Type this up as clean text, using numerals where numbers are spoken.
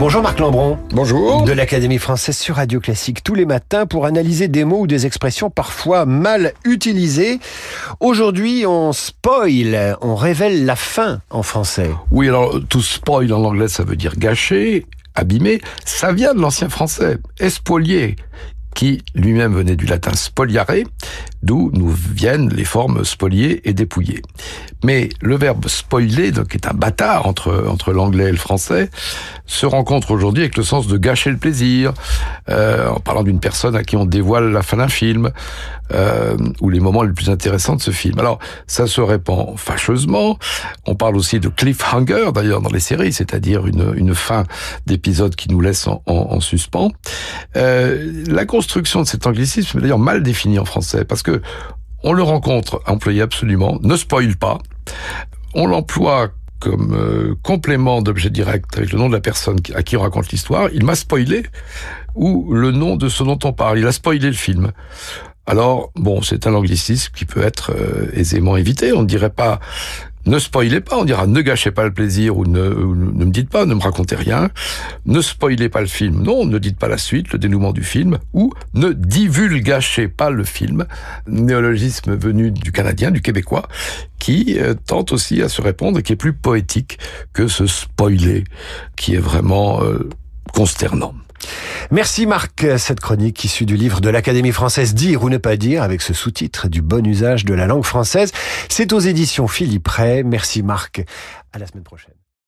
Bonjour Marc Lambron. Bonjour. De l'Académie française sur Radio Classique tous les matins pour analyser des mots ou des expressions parfois mal utilisées. Aujourd'hui, on spoil, on révèle la fin en français. Oui, alors to spoil en anglais, ça veut dire gâcher, abîmer. Ça vient de l'ancien français, espolier, qui lui-même venait du latin spoliare, d'où nous viennent les formes spolier et dépouiller. Mais le verbe spoiler, donc, qui est un bâtard entre l'anglais et le français, se rencontre aujourd'hui avec le sens de gâcher le plaisir, en parlant d'une personne à qui on dévoile la fin d'un film, ou les moments les plus intéressants de ce film. Alors, ça se répand fâcheusement. On parle aussi de cliffhanger, d'ailleurs, dans les séries, c'est-à-dire une fin d'épisode qui nous laisse en suspens. La construction de cet anglicisme est d'ailleurs mal définie en français, parce que on le rencontre employé absolument, ne spoil pas. On l'emploie comme complément d'objet direct avec le nom de la personne à qui on raconte l'histoire. Il m'a spoilé, ou le nom de ce dont on parle. Il a spoilé le film. Alors, bon, c'est un anglicisme qui peut être aisément évité. On ne dirait pas ne spoilez pas, on dira ne gâchez pas le plaisir ou ne me dites pas, ne me racontez rien. Ne spoilez pas le film, non, ne dites pas la suite, le dénouement du film, ou ne divulgâchez pas le film. Néologisme venu du canadien, du québécois, qui tente aussi à se répondre et qui est plus poétique que ce spoiler, qui est vraiment consternant. Merci Marc, cette chronique issue du livre de l'Académie française Dire ou ne pas dire, avec ce sous-titre du bon usage de la langue française. C'est aux éditions Philippe Ray. Merci Marc, à la semaine prochaine.